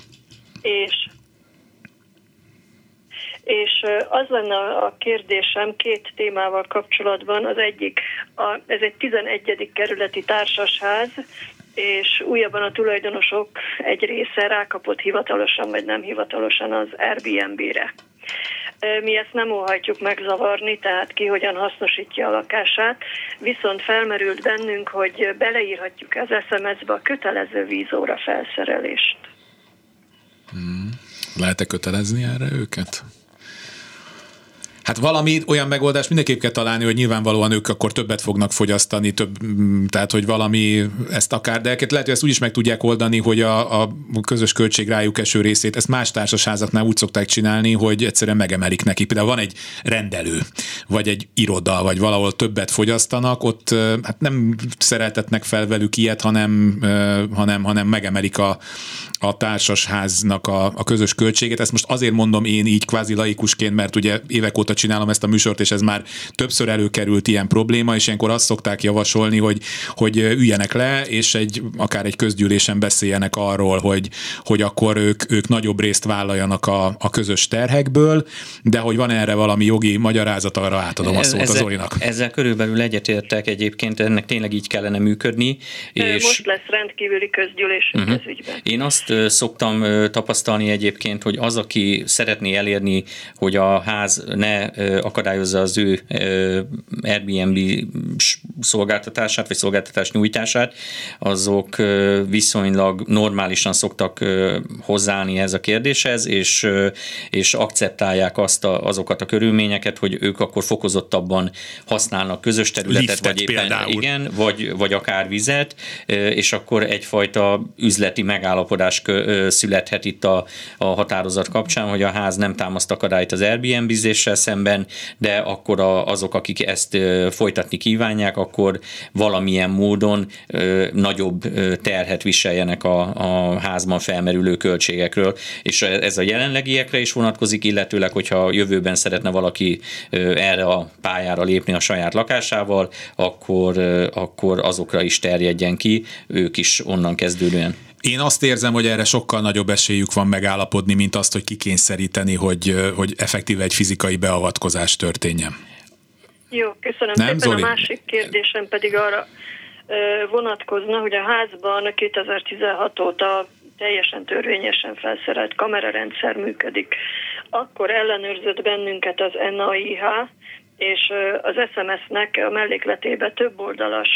És az lenne a kérdésem két témával kapcsolatban. Az egyik, ez egy 11. kerületi társasház, és újabban a tulajdonosok egy része rákapott hivatalosan vagy nem hivatalosan az Airbnb-re. Mi ezt nem óhajtjuk megzavarni, tehát ki hogyan hasznosítja a lakását, viszont felmerült bennünk, hogy beleírhatjuk az SMS-be a kötelező vízóra felszerelést. Lehet-e kötelezni erre őket? Hát valami olyan megoldást mindenképp kell találni, hogy nyilvánvalóan ők akkor többet fognak fogyasztani, tehát hogy valami ezt akár, de lehet, hogy ezt úgy is meg tudják oldani, hogy a közös költség rájuk eső részét, ezt más társasházaknál úgy szokták csinálni, hogy egyszerűen megemelik neki. Például van egy rendelő, vagy egy iroda, vagy valahol többet fogyasztanak, ott hát nem szereltetnek fel velük ilyet, hanem megemelik a társasháznak a közös költséget. Ezt most azért mondom én így kvázi laikusként, mert ugye évek óta csinálom ezt a műsort, és ez már többször előkerült ilyen probléma, és ilyenkor azt szokták javasolni, hogy üljenek le, és akár egy közgyűlésen beszéljenek arról, hogy akkor ők nagyobb részt vállaljanak a közös terhekből, de hogy van erre valami jogi magyarázat, arra átadom a szót az Zolinak. Ezzel körülbelül egyetértek egyébként, ennek tényleg így kellene működni. És most lesz rendkívüli közgyűlésünk ez ügyben. Én azt szoktam tapasztalni egyébként, hogy az, aki szeretné elérni, hogy a ház ne akadályozza az ő Airbnb szolgáltatását, vagy szolgáltatás nyújtását, azok viszonylag normálisan szoktak hozzáállni ez a kérdéshez, és akceptálják azokat a körülményeket, hogy ők akkor fokozottabban használnak közös területet, Liftet vagy éppen például. igen, vagy akár vizet, és akkor egyfajta üzleti megállapodás születhet itt a határozat kapcsán, hogy a ház nem támaszt akadályt az Airbnb-zéssel szemben, de akkor azok, akik ezt folytatni kívánják, akkor valamilyen módon nagyobb terhet viseljenek a házban felmerülő költségekről. És ez a jelenlegiekre is vonatkozik, illetőleg, hogyha jövőben szeretne valaki erre a pályára lépni a saját lakásával, akkor azokra is terjedjen ki, ők is onnan kezdődően. Én azt érzem, hogy erre sokkal nagyobb esélyük van megállapodni, mint azt, hogy kikényszeríteni, hogy effektíve egy fizikai beavatkozás történjen. Jó, köszönöm Nem, szépen. Zoli? A másik kérdésem pedig arra vonatkozna, hogy a házban 2016 óta teljesen törvényesen felszerelt kamerarendszer működik. Akkor ellenőrzött bennünket az NAIH, és az SMS-nek a mellékletébe több oldalas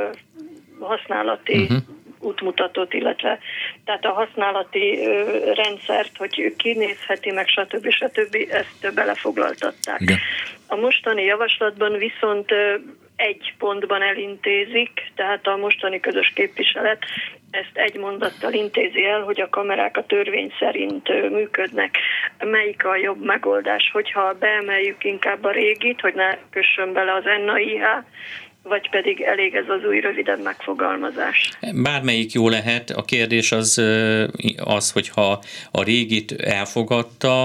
használati útmutatót, illetve tehát a használati rendszert, hogy kinézheti meg, stb. Ezt belefoglaltatták. Igen. A mostani javaslatban viszont egy pontban elintézik, tehát a mostani közös képviselet ezt egy mondattal intézi el, hogy a kamerák a törvény szerint működnek. Melyik a jobb megoldás? Hogyha beemeljük inkább a régit, hogy ne kössön bele az NAIH, vagy pedig elég ez az új rövidebb megfogalmazás? Bármelyik jó lehet. A kérdés az, hogyha a régit elfogadta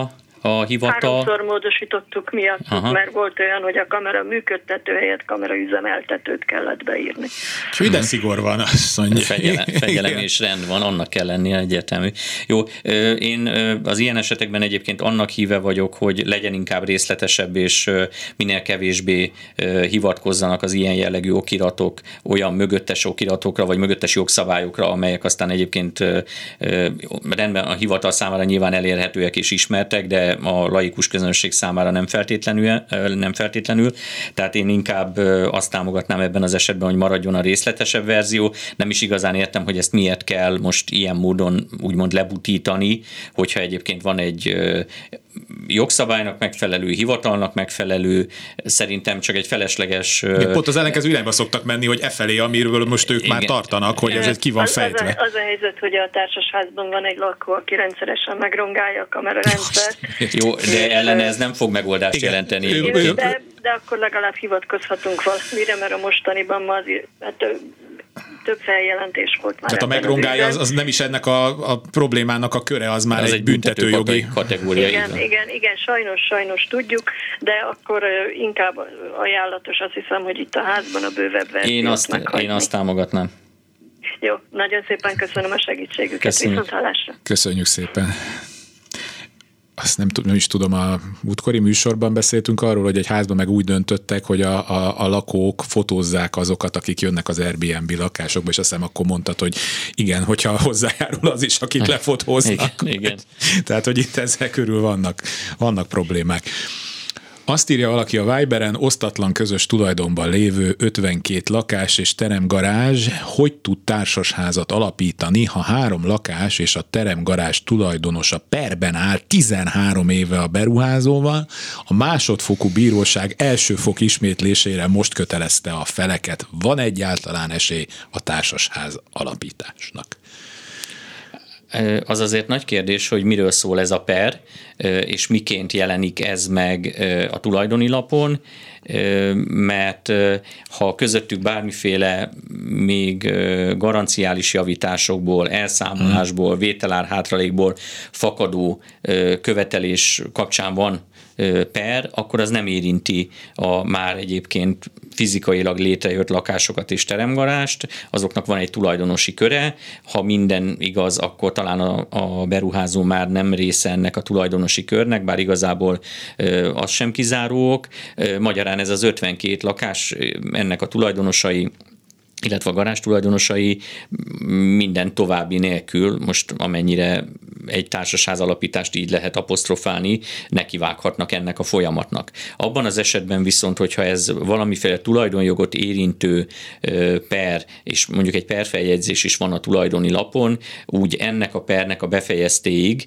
a hivatal? 3-szor módosítottuk miatt, mert volt olyan, hogy a kamera működtető helyett kameraüzemeltetőt kellett beírni. És ide szigor van, azt mondja. Fegyelem és rend van, annak kell lennie, egyértelmű. Jó, én az ilyen esetekben egyébként annak híve vagyok, hogy legyen inkább részletesebb, és minél kevésbé hivatkozzanak az ilyen jellegű okiratok olyan mögöttes okiratokra, vagy mögöttes jogszabályokra, amelyek aztán egyébként rendben a hivatal számára nyilván elérhetőek és ismertek, de a laikus közönség számára nem feltétlenül. Tehát én inkább azt támogatnám ebben az esetben, hogy maradjon a részletesebb verzió. Nem is igazán értem, hogy ezt miért kell most ilyen módon úgymond lebutítani, hogyha egyébként van egy jogszabálynak megfelelő, hivatalnak megfelelő, szerintem csak egy felesleges... Pont az ellenkező irányba szoktak menni, hogy efelé, amiről most ők már tartanak, hogy ez egy ki van fejtve. Az a helyzet, hogy a társasházban van egy lakó, aki rendszeresen megrongálja a kamerarendszer. Jó, de ellene ez nem fog megoldást jelenteni. De akkor legalább hivatkozhatunk valamire, mert a mostaniban ma azért... több feljelentés volt már. Tehát a megrongálja az nem is ennek a problémának a köre, az már egy büntetőjogi kategória. Igen, sajnos tudjuk, de akkor inkább ajánlatos, azt hiszem, hogy itt a házban a bővebb verziót én azt támogatnám. Jó, nagyon szépen köszönöm a segítségüket. Viszonthallásra. Köszönjük szépen. Azt nem is tudom, a múltkori műsorban beszéltünk arról, hogy egy házban meg úgy döntöttek, hogy a lakók fotózzák azokat, akik jönnek az Airbnb lakásokba, és azt hiszem akkor mondtad, hogy igen, hogyha hozzájárul az is, akit lefotóznak. Igen. Tehát, hogy itt ezzel körül vannak problémák. Azt írja valaki a Viberen, osztatlan közös tulajdonban lévő 52 lakás és teremgarázs, hogy tud társasházat alapítani, ha 3 lakás és a teremgarázs tulajdonosa perben áll 13 éve a beruházóval, a másodfokú bíróság elsőfok ismétlésére most kötelezte a feleket. Van egyáltalán esély a társasház alapításnak? Az azért nagy kérdés, hogy miről szól ez a per, és miként jelenik ez meg a tulajdoni lapon, mert ha közöttük bármiféle még garanciális javításokból, elszámolásból, vételár hátralékból fakadó követelés kapcsán van per, akkor az nem érinti a már egyébként fizikailag létrejött lakásokat és teremgarást, azoknak van egy tulajdonosi köre, ha minden igaz, akkor talán a beruházó már nem része ennek a tulajdonosi körnek, bár igazából az sem kizárók. Magyarán ez az 52 lakás, ennek a tulajdonosai, illetve a garázs tulajdonosai minden további nélkül, most amennyire egy társasház alapítást így lehet apostrofálni, nekivághatnak ennek a folyamatnak. Abban az esetben viszont, hogyha ez valamiféle tulajdonjogot érintő per, és mondjuk egy perfeljegyzés is van a tulajdoni lapon, úgy ennek a pernek a befejeztéig,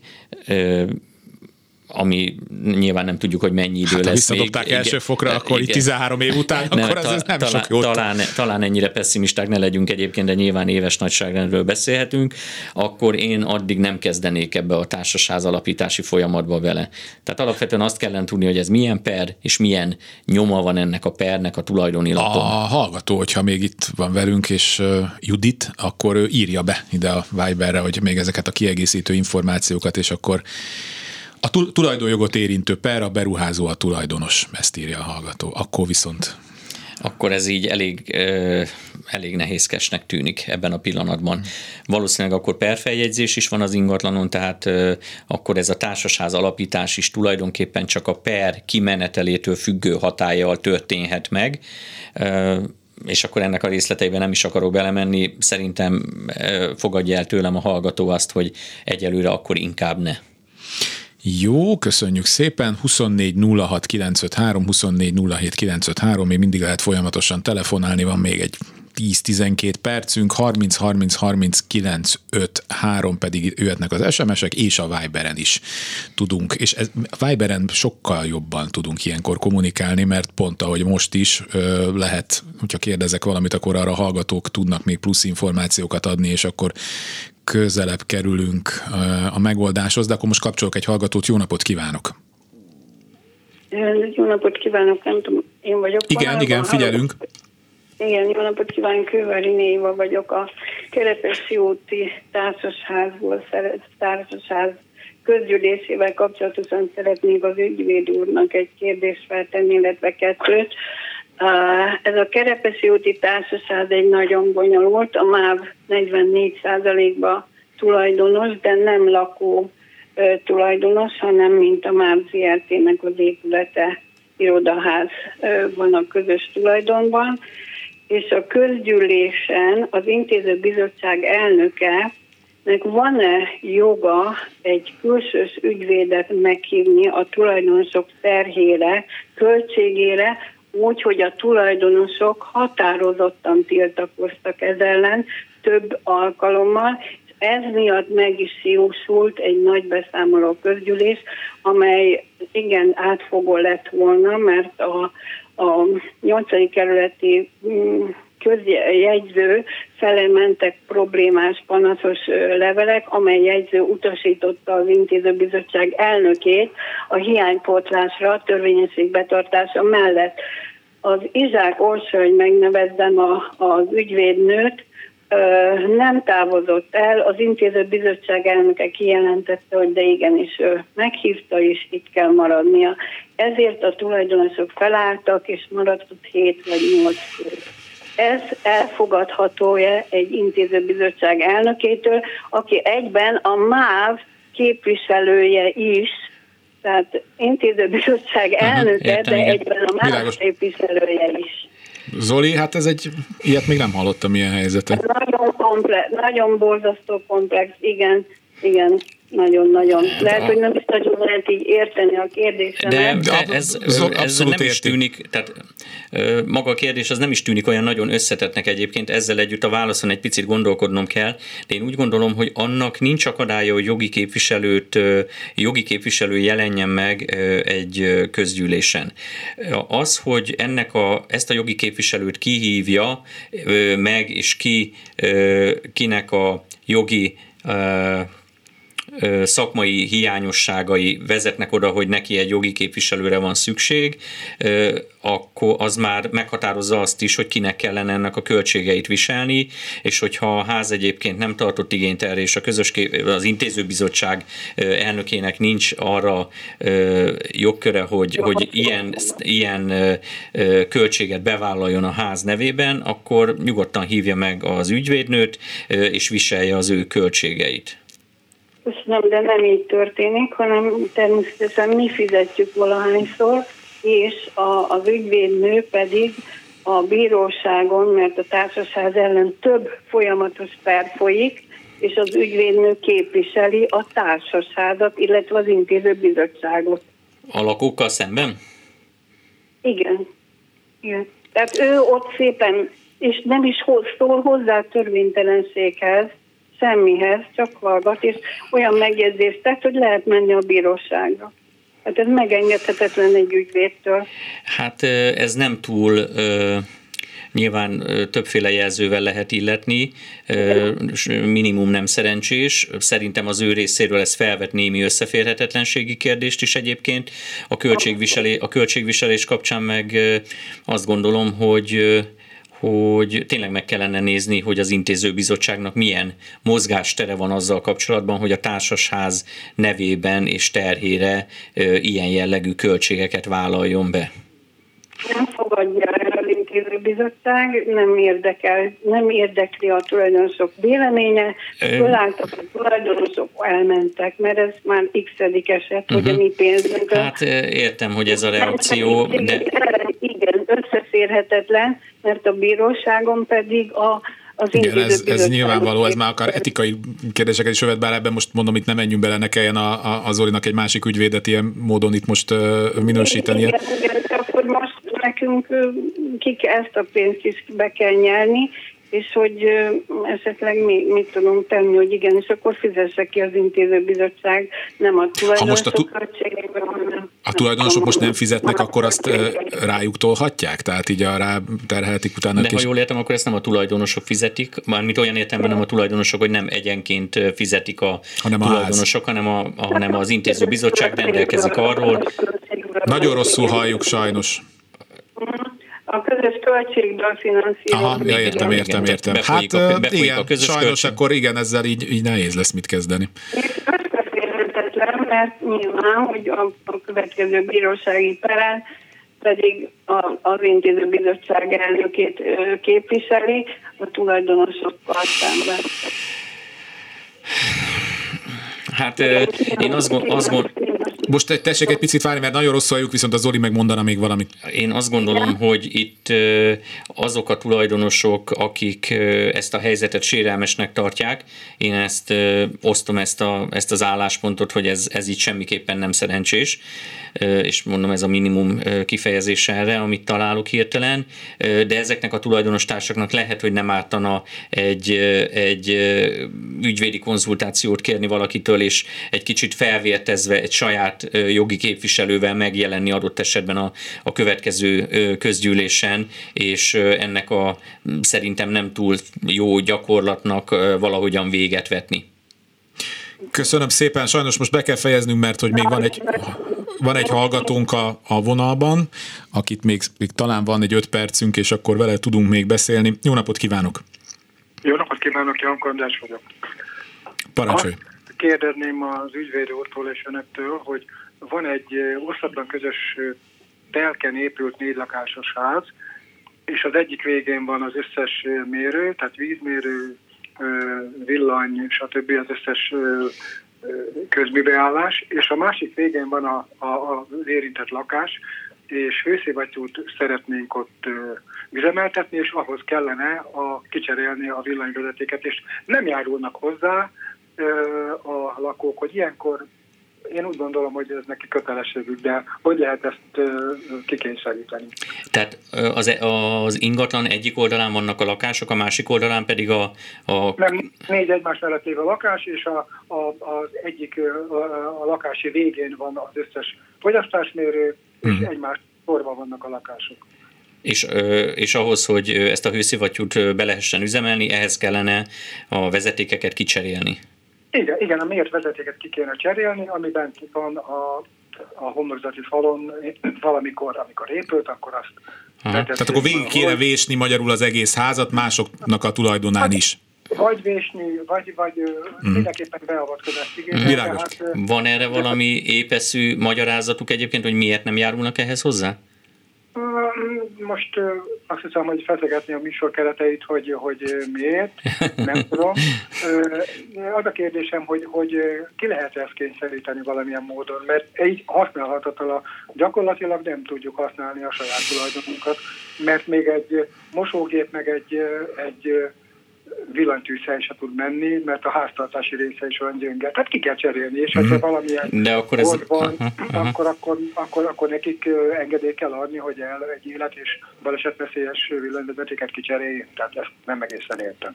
ami nyilván nem tudjuk, hogy mennyi idő lesz. Ha visszadobták első fokra, akkor így 13 év után, akkor ez nem sok jó. Talán ennyire pessimisták ne legyünk egyébként, de nyilván éves nagyságrendről beszélhetünk, akkor én addig nem kezdenék ebbe a társasház alapítási folyamatba vele. Tehát alapvetően azt kellene tudni, hogy ez milyen per, és milyen nyoma van ennek a pernek a tulajdoni lapon. A hallgató, hogyha még itt van velünk, és Judit, akkor ő írja be ide a Viberre, hogy még ezeket a kiegészítő információkat, és akkor a tulajdonjogot érintő per, a beruházó a tulajdonos, ezt írja a hallgató. Akkor viszont... Akkor ez így elég nehézkesnek tűnik ebben a pillanatban. Valószínűleg akkor perfeljegyzés is van az ingatlanon, tehát akkor ez a társasház alapítás is tulajdonképpen csak a per kimenetelétől függő hatállyal történhet meg, és akkor ennek a részleteiben nem is akarok belemenni. Szerintem fogadja el tőlem a hallgató azt, hogy egyelőre akkor inkább ne. Jó, köszönjük szépen. 24 06 953, 24 07 953, még mindig lehet folyamatosan telefonálni, van még egy 10-12 percünk, 30 30 39 53 pedig jöhetnek az SMS-ek, és a Viberen is tudunk, és Viberen sokkal jobban tudunk ilyenkor kommunikálni, mert pont ahogy most is lehet, hogyha kérdezek valamit, akkor arra hallgatók tudnak még plusz információkat adni, és akkor közelebb kerülünk a megoldáshoz, de akkor most kapcsolok egy hallgatót. Jó napot kívánok! Jó napot kívánok, nem tudom, én vagyok. Igen, figyelünk. Igen, jó napot kívánok, Kővári Néva vagyok, a Kerepesi úti társasház közgyűlésével kapcsolatosan szeretnék az ügyvéd úrnak egy kérdést feltenni, illetve kettőt. Ez a Kerepesi úti társaság egy nagyon bonyolult, a MÁV 44%-ban tulajdonos, de nem lakó tulajdonos, hanem mint a MÁV ZRT-nek az épülete, irodaház van a közös tulajdonban, és a közgyűlésen az intézőbizottság elnöke van-e joga egy külsős ügyvédet meghívni a tulajdonosok terhére, költségére, úgy, hogy a tulajdonosok határozottan tiltakoztak ez ellen több alkalommal. Ez miatt meg is jósult egy nagy beszámoló közgyűlés, amely igen átfogó lett volna, mert a 8. kerületi közjegyző fele mentek problémás, panaszos levelek, amely jegyző utasította az intézőbizottság elnökét a hiánypótlásra, a törvényesség betartása mellett. Az Izsák Orsolya, hogy megnevezzem az ügyvédnőt, nem távozott el, az intézőbizottság elnöke kijelentette, hogy de igenis meghívta, és itt kell maradnia. Ezért a tulajdonosok felálltak, és maradott 7 vagy 8 fő. Ez elfogadható-e egy intézőbizottság elnökétől, aki egyben a MÁV képviselője is, tehát intézőbizottság elnöke, de egyben a MÁV képviselője is. Zoli, hát ilyet még nem hallottam, ilyen helyzetet. Nagyon borzasztó komplex, igen. Nagyon-nagyon. Lehet, hogy nem is nagyon lehet így érteni a kérdésemet. De ez nem is tűnik, tehát maga a kérdés az nem is tűnik olyan nagyon összetettnek egyébként, ezzel együtt a válaszon egy picit gondolkodnom kell, de én úgy gondolom, hogy annak nincs akadálya, hogy jogi képviselő jelenjen meg egy közgyűlésen. Az, hogy ezt a jogi képviselőt kihívja meg, és kinek a jogi szakmai hiányosságai vezetnek oda, hogy neki egy jogi képviselőre van szükség, akkor az már meghatározza azt is, hogy kinek kellene ennek a költségeit viselni, és hogyha a ház egyébként nem tartott igényt erre, és az intézőbizottság elnökének nincs arra jogköre, hogy ilyen költséget bevállaljon a ház nevében, akkor nyugodtan hívja meg az ügyvédnőt, és viselje az ő költségeit. Köszönöm, de nem így történik, hanem természetesen mi fizetjük valahányszor, és az ügyvédnő pedig a bíróságon, mert a társaság ellen több folyamatos per folyik, és az ügyvédnő képviseli a társaságot, illetve az intézőbizottságot. A lakókkal szemben? Igen. Tehát ő ott szépen, és nem is szól hozzá a törvénytelenséghez, semmihez, csak hallgat, és olyan megjegyzést tett, hogy lehet menni a bíróságra. Hát ez megengedhetetlen egy ügyvédtől. Hát ez nem túl... Nyilván többféle jelzővel lehet illetni, minimum nem szerencsés. Szerintem az ő részéről ez felvet némi összeférhetetlenségi kérdést is egyébként. A költségviselés kapcsán meg azt gondolom, hogy tényleg meg kellene nézni, hogy az intézőbizottságnak milyen mozgástere van azzal kapcsolatban, hogy a társasház nevében és terhére ilyen jellegű költségeket vállaljon be. Nem fogadja el az intézőbizottság, nem érdekli a tulajdonosok véleménye, fölálltak a tulajdonosok, elmentek, mert ez már x-edik eset, hogy a mi pénzünkön. Hát értem, hogy ez a reakció, de... Igen, összeférhetetlen, mert a bíróságon pedig igen, ez nyilvánvaló, ez már akár etikai kérdéseket is övet, bár ebben most mondom, itt nem menjünk bele, ne kelljen a Zolinak egy másik ügyvédet ilyen módon itt most minősítenie. Igen, akkor most nekünk ezt a pénzt is be kell nyerni, és hogy esetleg mit tudunk tenni, hogy igen, és akkor fizesse ki az intézőbizottság, nem a tulajdonosok költségében, hanem... A tulajdonosok most nem fizetnek, akkor azt rájuk tolhatják? Tehát így rá terhelhetik utána. De ha jól értem, akkor ezt nem a tulajdonosok fizetik, mármint olyan értelemben nem a tulajdonosok, hogy nem egyenként fizetik a tulajdonosok, hanem az intézőbizottság rendelkezik arról. Nagyon rosszul halljuk sajnos. A közös költségből finanszírozni. Aha, értem. Hát igen, sajnos akkor igen, ezzel így nehéz lesz mit kezdeni. Összeférhetetlen, mert nyilván, hogy a következő bírósági peren pedig az intézőbizottság elnökét képviseli a tulajdonosokkal szemben. Hát én azt gondolom... Most tessék egy picit várni, mert nagyon rosszul halljuk, viszont a Zoli megmondana még valamit. Én azt gondolom, hogy itt azok a tulajdonosok, akik ezt a helyzetet sérelmesnek tartják, én ezt osztom ezt az álláspontot, hogy ez így semmiképpen nem szerencsés, és mondom, ez a minimum kifejezés erre, amit találok hirtelen, de ezeknek a tulajdonostársaknak lehet, hogy nem ártana egy ügyvédi konzultációt kérni valakitől, és egy kicsit felvértezve egy saját jogi képviselővel megjelenni adott esetben a következő közgyűlésen, és ennek a szerintem nem túl jó gyakorlatnak valahogyan véget vetni. Köszönöm szépen, sajnos most be kell fejeznünk, mert hogy még van egy hallgatónk a vonalban, akit még talán van egy 5 percünk, és akkor vele tudunk még beszélni. Jó napot kívánok! Jó napot kívánok, Janko András vagyok. Parancsolj! Kérdezném az ügyvéd úrtól és önöktől, hogy van egy osztatlan közös telken épült 4 lakásos ház, és az egyik végén van az összes mérő, tehát vízmérő, villany, stb. Az összes közműbeállás, és a másik végén van az érintett lakás, és hőszivattyút szeretnénk ott üzemeltetni, és ahhoz kellene kicserélni a villanyvezetéket, és nem járulnak hozzá a lakók, hogy ilyenkor én úgy gondolom, hogy ez neki kötelességük, de hogy lehet ezt kikényszeríteni? Tehát az ingatlan egyik oldalán vannak a lakások, a másik oldalán pedig Nem, 4 egymás mellett lévő lakás, és az egyik a lakási végén van az összes fogyasztásmérő, és egymás sorban vannak a lakások. És ahhoz, hogy ezt a hőszivattyút be lehessen üzemelni, ehhez kellene a vezetékeket kicserélni. Igen, a mért vezetéket ki kéne cserélni, ami bent van a homlokzati falon valamikor, amikor épült, akkor azt... Tehát akkor végig kéne vésni magyarul az egész házat másoknak a tulajdonán is. Vagy vésni, vagy mindenképpen beavatkozást igényel. Van erre valami épeszű magyarázatuk egyébként, hogy miért nem járulnak ehhez hozzá? Most azt hiszem, hogy feszegetni a műsor kereteit, hogy miért, nem tudom. Az a kérdésem, hogy ki lehet ezt kényszeríteni valamilyen módon, mert így használhatatlan, gyakorlatilag nem tudjuk használni a saját tulajdonunkat, mert még egy mosógép, meg egy villanytűzhely se tud menni, mert a háztartási része is olyan gyönge. Tehát ki kell cserélni, és ha valamilyen gond van, akkor nekik engedélyt kell adni, hogy egy élet és balesetveszélyes villanyvezetéket kicseréljék. Tehát ezt nem egészen értem.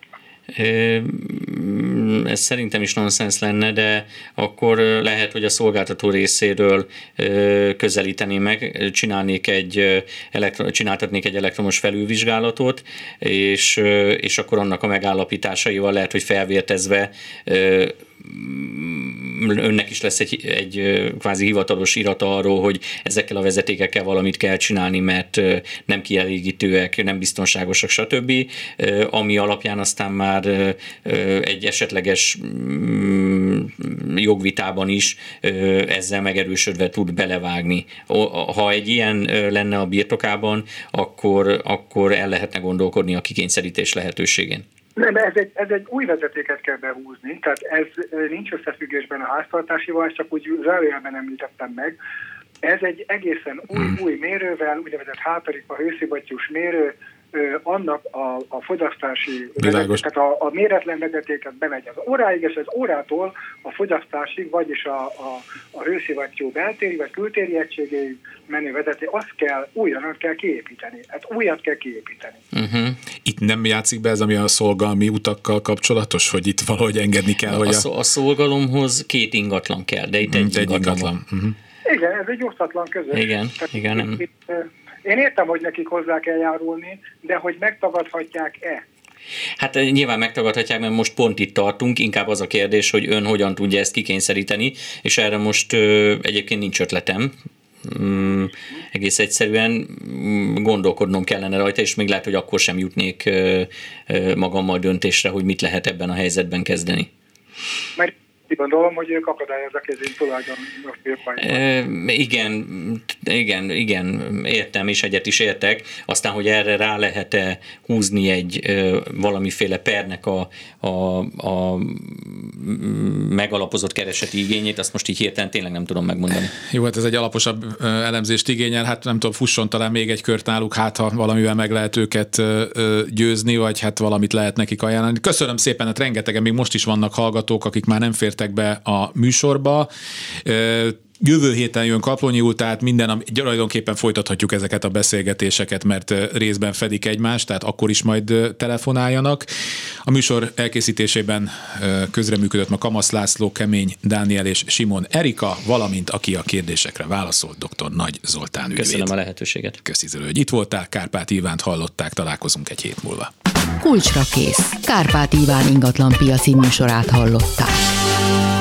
Ez szerintem is nonsens lenne, de akkor lehet, hogy a szolgáltató részéről közelíteném meg, csináltatnék egy elektromos felülvizsgálatot, és akkor annak a megállapításaival lehet, hogy felvértezve önnek is lesz egy kvázi hivatalos irata arról, hogy ezekkel a vezetékekkel valamit kell csinálni, mert nem kielégítőek, nem biztonságosak, stb. Ami alapján aztán már egy esetleges jogvitában is ezzel megerősödve tud belevágni. Ha egy ilyen lenne a birtokában, akkor el lehetne gondolkodni a kikényszerítés lehetőségén. Nem, ez egy új vezetéket kell behúzni, tehát ez nincs összefüggésben a háztartásival, csak úgy zárójelben említettem meg. Ez egy egészen új mérővel, úgynevezett hátaritma hőszivattyús mérő, annak a fogyasztási vezeték, tehát a méretlen vezetéket bemegy az óráig, és az órától a fogyasztásig, vagyis a hőszivattyú beltéri vagy kültéri egységéig menő vezeték, azt kell, újat kell kiépíteni. Hát újat kell kiépíteni. Itt nem játszik be ez, ami a szolgalmi utakkal kapcsolatos, hogy itt valahogy engedni kell, hogy a szolgalomhoz 2 ingatlan kell, de itt egy ingatlan. Igen, ez egy osztatlan közös. Igen, nem. Én értem, hogy nekik hozzá kell járulni, de hogy megtagadhatják-e? Hát nyilván megtagadhatják, mert most pont itt tartunk, inkább az a kérdés, hogy ön hogyan tudja ezt kikényszeríteni, és erre most egyébként nincs ötletem. Egész egyszerűen gondolkodnom kellene rajta, és még lehet, hogy akkor sem jutnék magammal döntésre, hogy mit lehet ebben a helyzetben kezdeni. Mert Gondolom, hogy ők akadályozzák az én tulajdonos Igen, értem, és egyet is értek. Aztán, hogy erre rá lehet-e húzni egy valamiféle pernek a megalapozott kereseti igényét, azt most így hirtelen tényleg nem tudom megmondani. Jó, hát ez egy alaposabb elemzést igényel, hát nem tudom, fusson talán még egy kört náluk, hát ha valamivel meg lehet őket győzni, vagy hát valamit lehet nekik ajánlani. Köszönöm szépen, hát rengetegen még most is vannak hallgatók, akik már nem fértek be a műsorba. Jövő héten jön Kaplonyi úr, tehát tulajdonképpen folytathatjuk ezeket a beszélgetéseket, mert részben fedik egymást, tehát akkor is majd telefonáljanak. A műsor elkészítésében közreműködött ma Kamasz László, Kemény Dániel és Simon Erika, valamint aki a kérdésekre válaszolt, dr. Nagy Zoltán ügyvéd. Köszönöm a lehetőséget. Köszi, hogy itt voltál, Kárpát Ivánt hallották, találkozunk egy hét múlva. Kulcsra kész. Kárpát Iván ingatlanpiaci műsorát hallották.